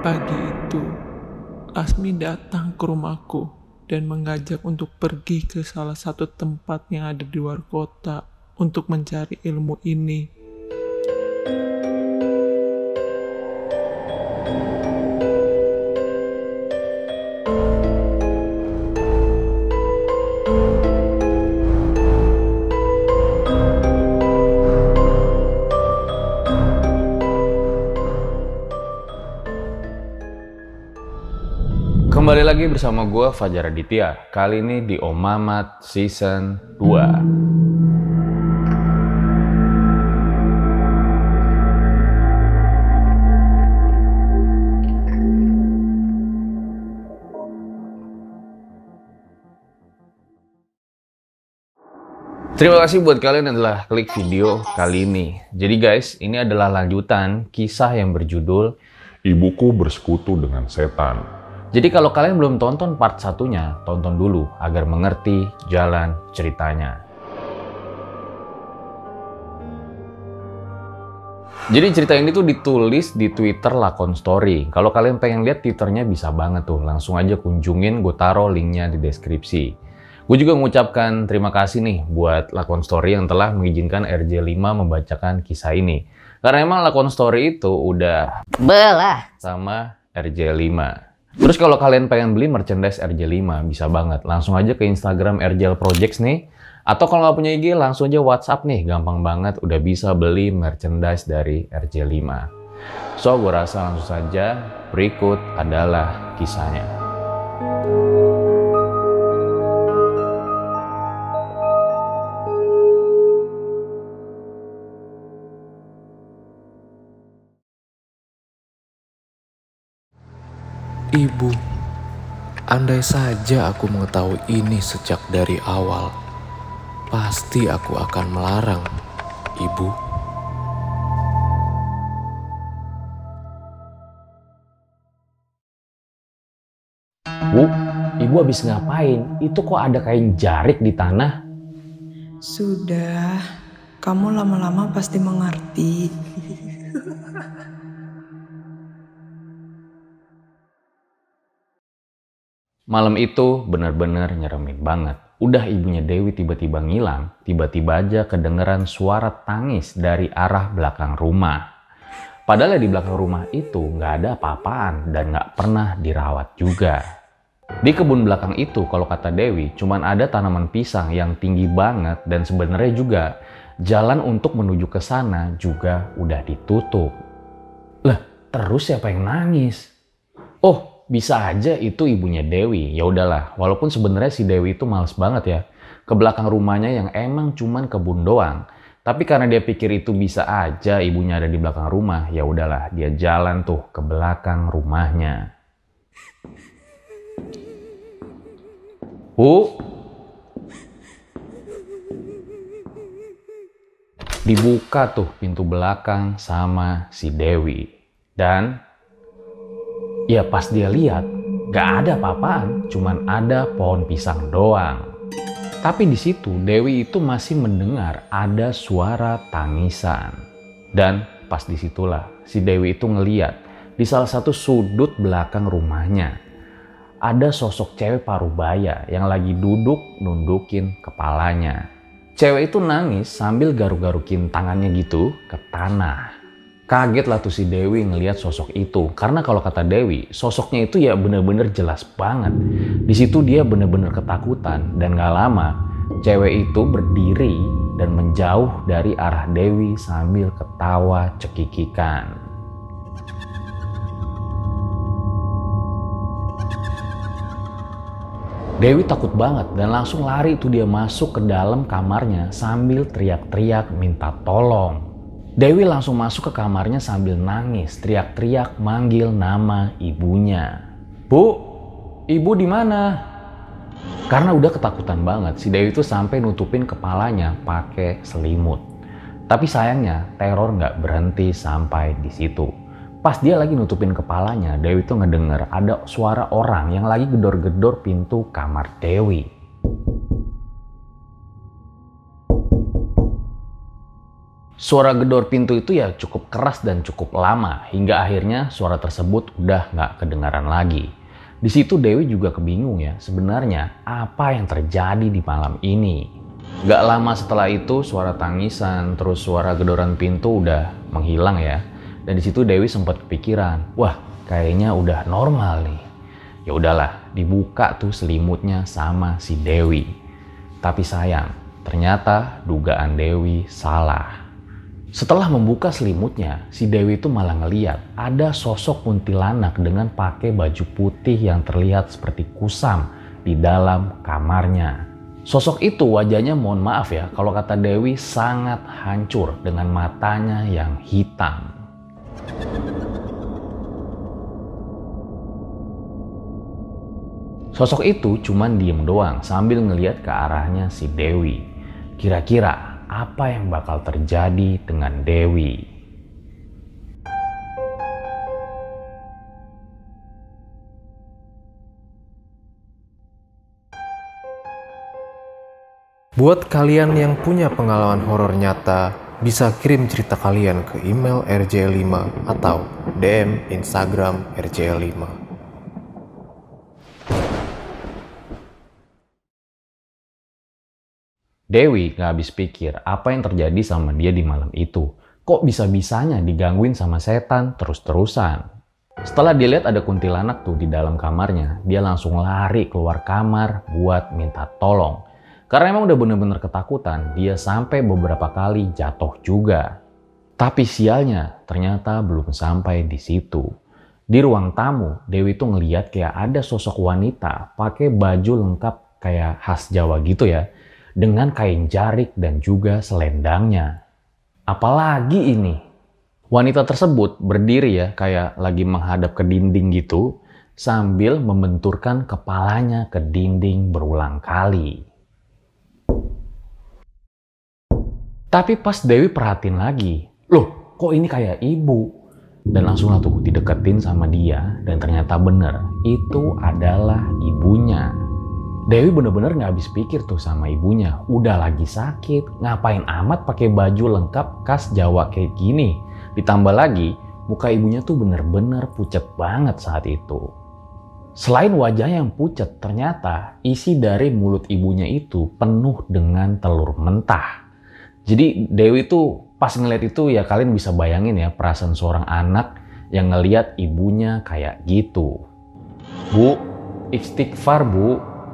Pagi itu, Lasmi datang ke rumahku dan mengajak untuk pergi ke salah satu tempat yang ada di luar kota untuk mencari ilmu ini. Kembali lagi bersama gue Fajar Aditya. Kali ini di Om Mamat Season 2. Terima kasih buat kalian yang telah klik video kali ini. Jadi guys, ini adalah lanjutan kisah yang berjudul Ibuku Bersekutu dengan Setan. Jadi kalau kalian belum tonton part satunya, tonton dulu agar mengerti jalan ceritanya. Jadi cerita ini tuh ditulis di Twitter Lakon Story. Kalau kalian pengen lihat Twitternya bisa banget tuh, langsung aja kunjungin, gue taruh linknya di deskripsi. Gue juga mengucapkan terima kasih nih buat Lakon Story yang telah mengizinkan RJ5 membacakan kisah ini. Karena emang Lakon Story itu udah belah sama RJ5. Terus kalau kalian pengen beli merchandise RJ5, bisa banget. Langsung aja ke Instagram RJL Projects nih. Atau kalau nggak punya IG, langsung aja WhatsApp nih. Gampang banget, udah bisa beli merchandise dari RJ5. So, gue rasa langsung saja berikut adalah kisahnya. Ibu, andai saja aku mengetahui ini sejak dari awal, pasti aku akan melarang, Ibu. Bu, Ibu habis ngapain? Itu kok ada kain jarik di tanah? Sudah, kamu lama-lama pasti mengerti. Malam itu benar-benar nyeremin banget. Udah ibunya Dewi tiba-tiba ngilang, tiba-tiba aja kedengeran suara tangis dari arah belakang rumah. Padahal di belakang rumah itu nggak ada apa-apaan dan nggak pernah dirawat juga. Di kebun belakang itu kalau kata Dewi cuman ada tanaman pisang yang tinggi banget dan sebenarnya juga jalan untuk menuju ke sana juga udah ditutup. Lah, terus siapa yang nangis? Oh, bisa aja itu ibunya Dewi. Ya udahlah, walaupun sebenarnya si Dewi itu males banget ya ke belakang rumahnya yang emang cuman kebun doang. Tapi karena dia pikir itu bisa aja ibunya ada di belakang rumah, ya udahlah, dia jalan tuh ke belakang rumahnya. Bu, dibuka tuh pintu belakang sama si Dewi. Dan ya pas dia lihat, gak ada apa-apaan, cuman ada pohon pisang doang. Tapi di situ Dewi itu masih mendengar ada suara tangisan. Dan pas disitulah si Dewi itu ngeliat di salah satu sudut belakang rumahnya ada sosok cewek parubaya yang lagi duduk nundukin kepalanya. Cewek itu nangis sambil garuk-garukin tangannya gitu ke tanah. Kaget lah tuh si Dewi ngelihat sosok itu. Karena kalau kata Dewi, sosoknya itu ya bener-bener jelas banget. Di situ dia bener-bener ketakutan. Dan gak lama, cewek itu berdiri dan menjauh dari arah Dewi sambil ketawa cekikikan. Dewi takut banget dan langsung lari tuh dia masuk ke dalam kamarnya sambil teriak-teriak minta tolong. Dewi langsung masuk ke kamarnya sambil nangis, teriak-teriak manggil nama ibunya. Bu, ibu di mana? Karena udah ketakutan banget, si Dewi itu sampai nutupin kepalanya pakai selimut. Tapi sayangnya teror nggak berhenti sampai di situ. Pas dia lagi nutupin kepalanya, Dewi itu ngedenger ada suara orang yang lagi gedor-gedor pintu kamar Dewi. Suara gedor pintu itu ya cukup keras dan cukup lama, hingga akhirnya suara tersebut udah nggak kedengaran lagi. Di situ Dewi juga kebingung ya, sebenarnya apa yang terjadi di malam ini. Gak lama setelah itu suara tangisan, terus suara gedoran pintu udah menghilang ya. Dan di situ Dewi sempat kepikiran, wah kayaknya udah normal nih. Ya udahlah, dibuka tuh selimutnya sama si Dewi. Tapi sayang, ternyata dugaan Dewi salah. Setelah membuka selimutnya, si Dewi itu malah ngeliat ada sosok kuntilanak dengan pakai baju putih yang terlihat seperti kusam di dalam kamarnya. Sosok itu wajahnya, mohon maaf ya, kalau kata Dewi sangat hancur dengan matanya yang hitam. Sosok itu cuman diem doang sambil ngeliat ke arahnya si Dewi. Kira-kira apa yang bakal terjadi dengan Dewi? Buat kalian yang punya pengalaman horor nyata, bisa kirim cerita kalian ke email rj5 atau DM Instagram rj5. Dewi gak habis pikir apa yang terjadi sama dia di malam itu. Kok bisa-bisanya digangguin sama setan terus-terusan? Setelah dilihat ada kuntilanak tuh di dalam kamarnya, dia langsung lari keluar kamar buat minta tolong. Karena emang udah bener-bener ketakutan, dia sampai beberapa kali jatuh juga. Tapi sialnya, ternyata belum sampai di situ. Di ruang tamu, Dewi tuh ngeliat kayak ada sosok wanita pakai baju lengkap kayak khas Jawa gitu ya, dengan kain jarik dan juga selendangnya. Apalagi ini? Wanita tersebut berdiri ya kayak lagi menghadap ke dinding gitu sambil membenturkan kepalanya ke dinding berulang kali. Tapi pas Dewi perhatiin lagi, loh kok ini kayak ibu? Dan langsung lah tuh dideketin sama dia dan ternyata bener itu adalah ibunya. Dewi bener-bener gak habis pikir tuh sama ibunya. Udah lagi sakit, ngapain amat pakai baju lengkap khas Jawa kayak gini. Ditambah lagi, muka ibunya tuh bener-bener pucet banget saat itu. Selain wajahnya yang pucet, ternyata isi dari mulut ibunya itu penuh dengan telur mentah. Jadi Dewi tuh pas ngeliat itu ya kalian bisa bayangin ya perasaan seorang anak yang ngeliat ibunya kayak gitu. Bu, istighfar bu.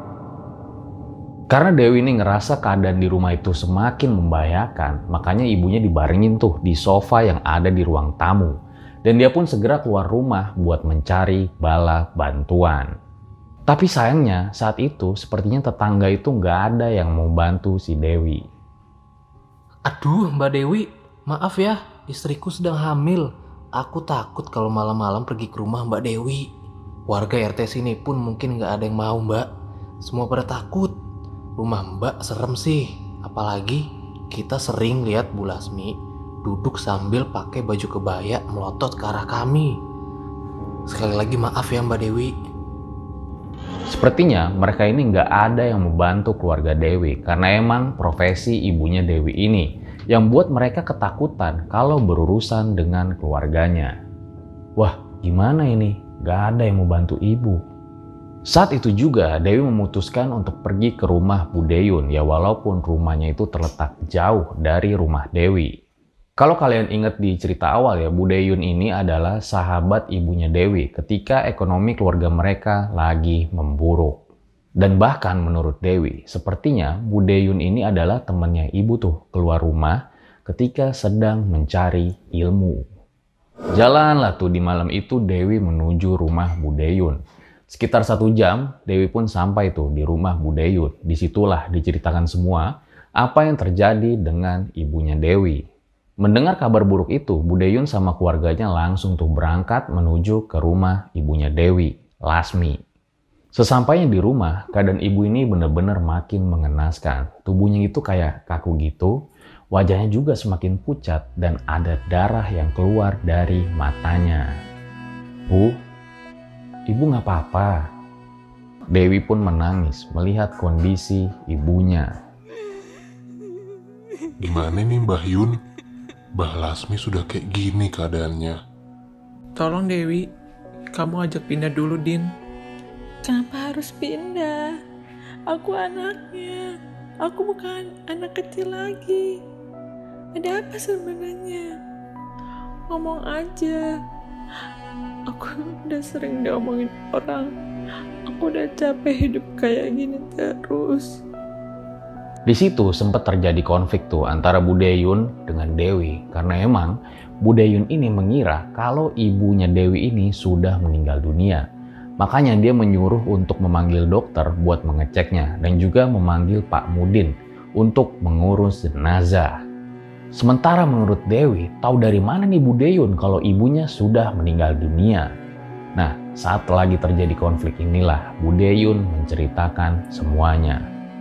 Karena Dewi ini ngerasa keadaan di rumah itu semakin membahayakan, makanya ibunya dibarengin tuh di sofa yang ada di ruang tamu. Dan dia pun segera keluar rumah buat mencari bala bantuan. Tapi sayangnya saat itu sepertinya tetangga itu nggak ada yang mau bantu si Dewi. Aduh Mbak Dewi, maaf ya, istriku sedang hamil. Aku takut kalau malam-malam pergi ke rumah Mbak Dewi. Warga RT sini pun mungkin nggak ada yang mau Mbak. Semua pada takut. Rumah Mbak serem sih, apalagi kita sering lihat Bu Lasmi duduk sambil pakai baju kebaya melotot ke arah kami. Sekali lagi maaf ya Mbak Dewi. Sepertinya mereka ini nggak ada yang membantu keluarga Dewi karena emang profesi ibunya Dewi ini yang buat mereka ketakutan kalau berurusan dengan keluarganya. Wah, gimana ini? Nggak ada yang mau bantu ibu. Saat itu juga Dewi memutuskan untuk pergi ke rumah Bu Deyun ya walaupun rumahnya itu terletak jauh dari rumah Dewi. Kalau kalian ingat di cerita awal ya, Bu Deyun ini adalah sahabat ibunya Dewi ketika ekonomi keluarga mereka lagi memburuk. Dan bahkan menurut Dewi, sepertinya Bu Deyun ini adalah temannya ibu tuh keluar rumah ketika sedang mencari ilmu. Jalanlah tuh di malam itu Dewi menuju rumah Bu Deyun. Sekitar 1 jam, Dewi pun sampai tuh di rumah Bu Deyun. Disitulah diceritakan semua apa yang terjadi dengan ibunya Dewi. Mendengar kabar buruk itu, Bu Deyun sama keluarganya langsung tuh berangkat menuju ke rumah ibunya Dewi, Lasmi. Sesampainya di rumah, keadaan ibu ini benar-benar makin mengenaskan. Tubuhnya itu kayak kaku gitu, wajahnya juga semakin pucat dan ada darah yang keluar dari matanya. Bu, ibu nggak apa-apa. Dewi pun menangis melihat kondisi ibunya. Gimana nih Mbah Yun? Mbah Lasmi sudah kayak gini keadaannya. Tolong Dewi, kamu ajak pindah dulu, Din. Kenapa harus pindah? Aku anaknya. Aku bukan anak kecil lagi. Ada apa sebenarnya? Ngomong aja. Aku udah sering diomongin orang. Aku udah capek hidup kayak gini terus. Di situ sempat terjadi konflik tuh antara Budeyun dengan Dewi. Karena emang Budeyun ini mengira kalau ibunya Dewi ini sudah meninggal dunia. Makanya dia menyuruh untuk memanggil dokter buat mengeceknya dan juga memanggil Pak Mudin untuk mengurus jenazah. Sementara menurut Dewi, tahu dari mana nih Budeyun kalau ibunya sudah meninggal dunia? Nah, saat lagi terjadi konflik inilah Budeyun menceritakan semuanya.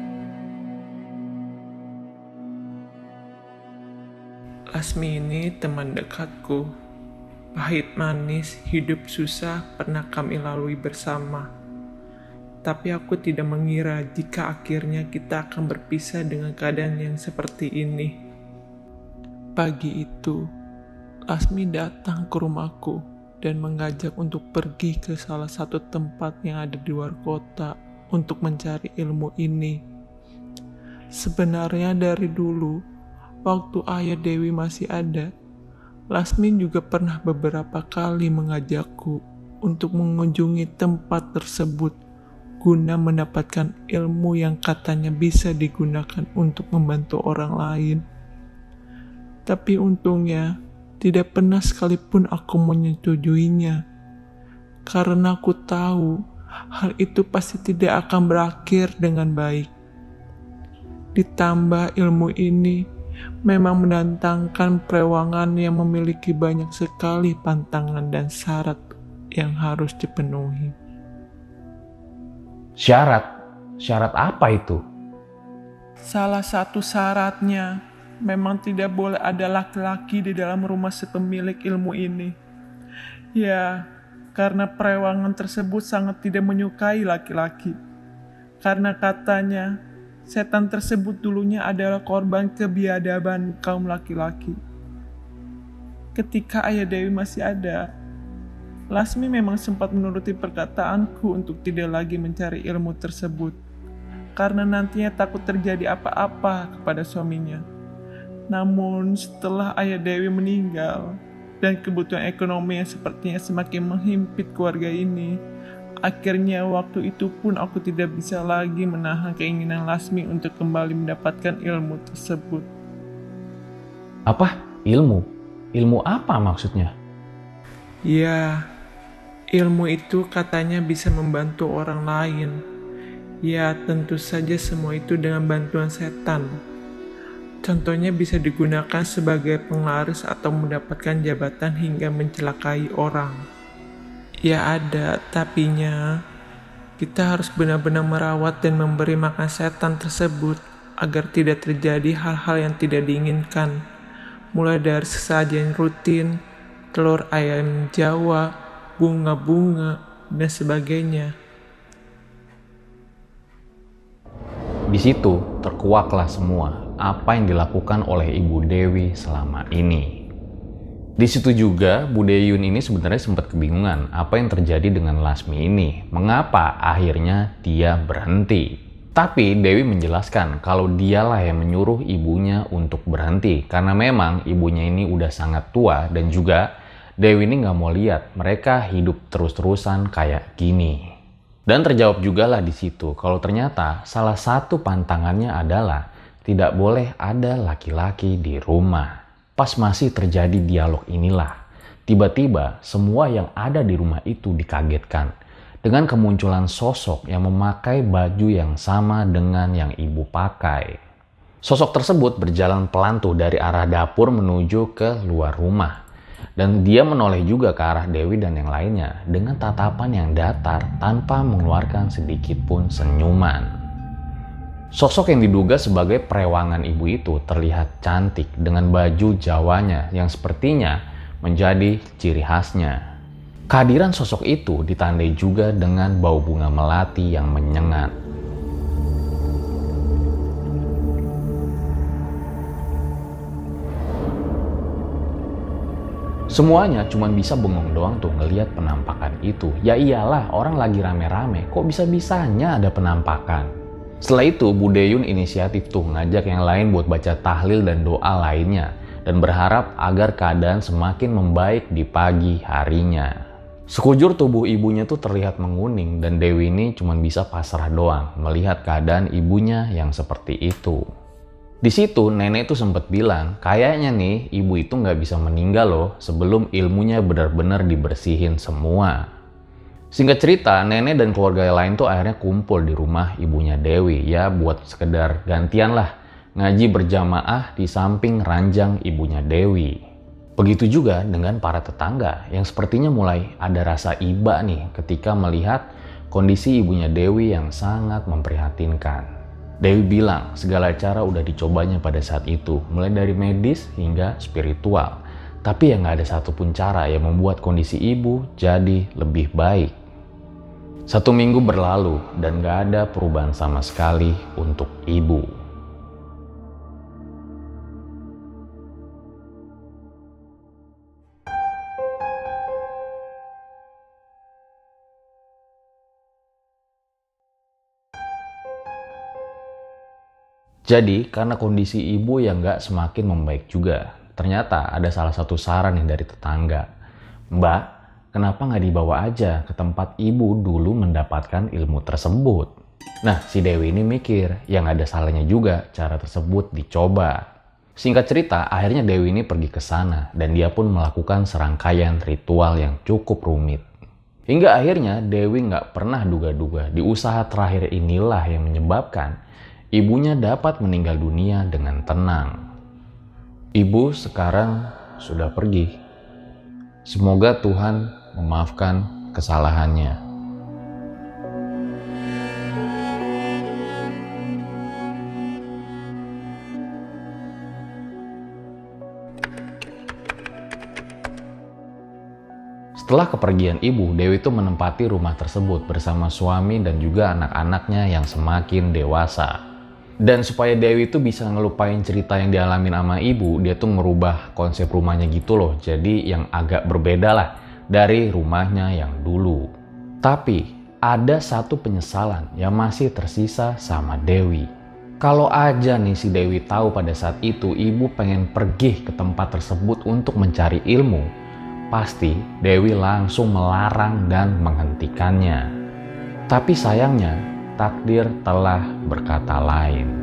Lasmi ini teman dekatku. Pahit manis, hidup susah pernah kami lalui bersama. Tapi aku tidak mengira jika akhirnya kita akan berpisah dengan keadaan yang seperti ini. Pagi itu, Lasmi datang ke rumahku dan mengajak untuk pergi ke salah satu tempat yang ada di luar kota untuk mencari ilmu ini. Sebenarnya dari dulu, waktu ayah Dewi masih ada, Lasmi juga pernah beberapa kali mengajakku untuk mengunjungi tempat tersebut guna mendapatkan ilmu yang katanya bisa digunakan untuk membantu orang lain. Tapi untungnya, tidak pernah sekalipun aku menyetujuinya. Karena aku tahu hal itu pasti tidak akan berakhir dengan baik. Ditambah ilmu ini memang mendatangkan perewangan yang memiliki banyak sekali pantangan dan syarat yang harus dipenuhi. Syarat? Syarat apa itu? Salah satu syaratnya memang tidak boleh ada laki-laki di dalam rumah si pemilik ilmu ini. Ya, karena perewangan tersebut sangat tidak menyukai laki-laki. Karena katanya, setan tersebut dulunya adalah korban kebiadaban kaum laki-laki. Ketika ayah Dewi masih ada, Lasmi memang sempat menuruti perkataanku untuk tidak lagi mencari ilmu tersebut. Karena nantinya takut terjadi apa-apa kepada suaminya. Namun setelah ayah Dewi meninggal dan kebutuhan ekonomi yang sepertinya semakin menghimpit keluarga ini, akhirnya waktu itu pun aku tidak bisa lagi menahan keinginan Lasmi untuk kembali mendapatkan ilmu tersebut. Apa? Ilmu? Ilmu apa maksudnya? Ya, ilmu itu katanya bisa membantu orang lain. Ya, tentu saja semua itu dengan bantuan setan. Contohnya bisa digunakan sebagai penglaris atau mendapatkan jabatan hingga mencelakai orang. Ya ada, tapinya kita harus benar-benar merawat dan memberi makan setan tersebut agar tidak terjadi hal-hal yang tidak diinginkan. Mulai dari sesajen rutin, telur ayam Jawa, bunga-bunga, dan sebagainya. Di situ terkuaklah semua apa yang dilakukan oleh Ibu Dewi selama ini. Di situ juga Budeyun ini sebenarnya sempat kebingungan apa yang terjadi dengan Lasmi ini. Mengapa akhirnya dia berhenti? Tapi Dewi menjelaskan kalau dialah yang menyuruh ibunya untuk berhenti. Karena memang ibunya ini udah sangat tua dan juga Dewi ini nggak mau lihat mereka hidup terus-terusan kayak gini. Dan terjawab juga lah di situ kalau ternyata salah satu pantangannya adalah tidak boleh ada laki-laki di rumah. Pas masih terjadi dialog inilah, tiba-tiba semua yang ada di rumah itu dikagetkan dengan kemunculan sosok yang memakai baju yang sama dengan yang ibu pakai. Sosok tersebut berjalan pelan tuh dari arah dapur menuju ke luar rumah. Dan dia menoleh juga ke arah Dewi dan yang lainnya dengan tatapan yang datar tanpa mengeluarkan sedikit pun senyuman. Sosok yang diduga sebagai perewangan ibu itu terlihat cantik dengan baju Jawanya yang sepertinya menjadi ciri khasnya. Kehadiran sosok itu ditandai juga dengan bau bunga melati yang menyengat. Semuanya cuma bisa bengong doang tuh ngelihat penampakan itu. Ya iyalah, orang lagi rame-rame, kok bisa-bisanya ada penampakan. Setelah itu, Bu Deyun inisiatif tuh ngajak yang lain buat baca tahlil dan doa lainnya. Dan berharap agar keadaan semakin membaik di pagi harinya. Sekujur tubuh ibunya tuh terlihat menguning dan Dewi ini cuma bisa pasrah doang melihat keadaan ibunya yang seperti itu. Di situ nenek tuh sempat bilang, kayaknya nih ibu itu nggak bisa meninggal loh sebelum ilmunya benar-benar dibersihin semua. Singkat cerita, nenek dan keluarga lain tuh akhirnya kumpul di rumah ibunya Dewi ya buat sekedar gantian lah ngaji berjamaah di samping ranjang ibunya Dewi. Begitu juga dengan para tetangga yang sepertinya mulai ada rasa iba nih ketika melihat kondisi ibunya Dewi yang sangat memprihatinkan. Dewi bilang segala cara udah dicobanya pada saat itu, mulai dari medis hingga spiritual. Tapi ya nggak ada satupun cara yang membuat kondisi ibu jadi lebih baik. 1 minggu berlalu dan nggak ada perubahan sama sekali untuk ibu. Jadi karena kondisi ibu yang nggak semakin membaik juga, ternyata ada salah satu saran nih dari tetangga. Mbak, kenapa nggak dibawa aja ke tempat ibu dulu mendapatkan ilmu tersebut? Nah, si Dewi ini mikir, yang ada salahnya juga cara tersebut dicoba. Singkat cerita, akhirnya Dewi ini pergi ke sana dan dia pun melakukan serangkaian ritual yang cukup rumit. Hingga akhirnya Dewi nggak pernah duga-duga di usaha terakhir inilah yang menyebabkan ibunya dapat meninggal dunia dengan tenang. Ibu sekarang sudah pergi. Semoga Tuhan memaafkan kesalahannya. Setelah kepergian ibu, Dewi itu menempati rumah tersebut bersama suami dan juga anak-anaknya yang semakin dewasa. Dan supaya Dewi itu bisa ngelupain cerita yang dialamin sama ibu, dia tuh merubah konsep rumahnya gitu loh. Jadi yang agak berbeda lah dari rumahnya yang dulu. Tapi ada satu penyesalan yang masih tersisa sama Dewi. Kalau aja nih si Dewi tahu pada saat itu ibu pengen pergi ke tempat tersebut untuk mencari ilmu, pasti Dewi langsung melarang dan menghentikannya. Tapi sayangnya, takdir telah berkata lain.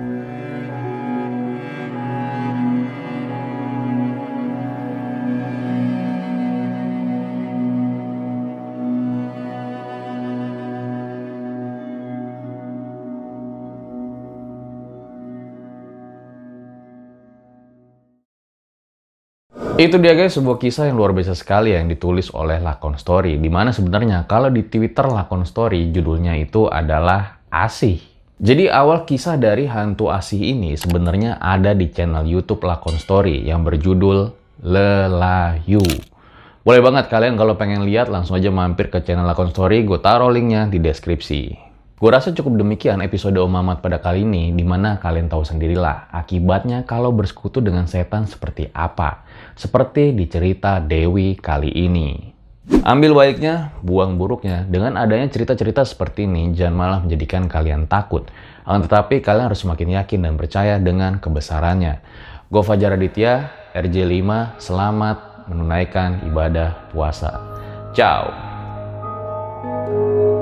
Itu dia guys, sebuah kisah yang luar biasa sekali yang ditulis oleh Lakon Story. Dimana sebenarnya kalau di Twitter Lakon Story judulnya itu adalah Asih. Jadi awal kisah dari hantu Asih ini sebenarnya ada di channel YouTube Lakon Story yang berjudul Lelayu. Boleh banget kalian kalau pengen lihat langsung aja mampir ke channel Lakon Story, gue taruh linknya di deskripsi. Gue rasa cukup demikian episode Om Mamat pada kali ini, dimana kalian tahu sendirilah akibatnya kalau bersekutu dengan setan seperti apa. Seperti di cerita Dewi kali ini. Ambil baiknya, buang buruknya. Dengan adanya cerita-cerita seperti ini, jangan malah menjadikan kalian takut. Akan tetapi kalian harus semakin yakin dan percaya dengan kebesarannya. Gue Fajar Aditya, RJ5, selamat menunaikan ibadah puasa. Ciao!